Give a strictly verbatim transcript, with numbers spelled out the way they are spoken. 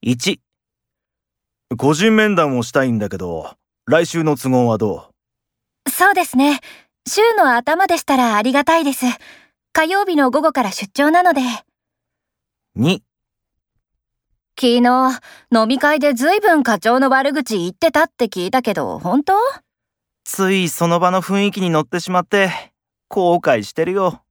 いち、個人面談をしたいんだけど、来週の都合はどう？そうですね。週の頭でしたらありがたいです。火曜日の午後から出張なので。 に、 昨日、飲み会でずいぶん課長の悪口言ってたって聞いたけど、本当？ ついその場の雰囲気に乗ってしまって、後悔してるよ。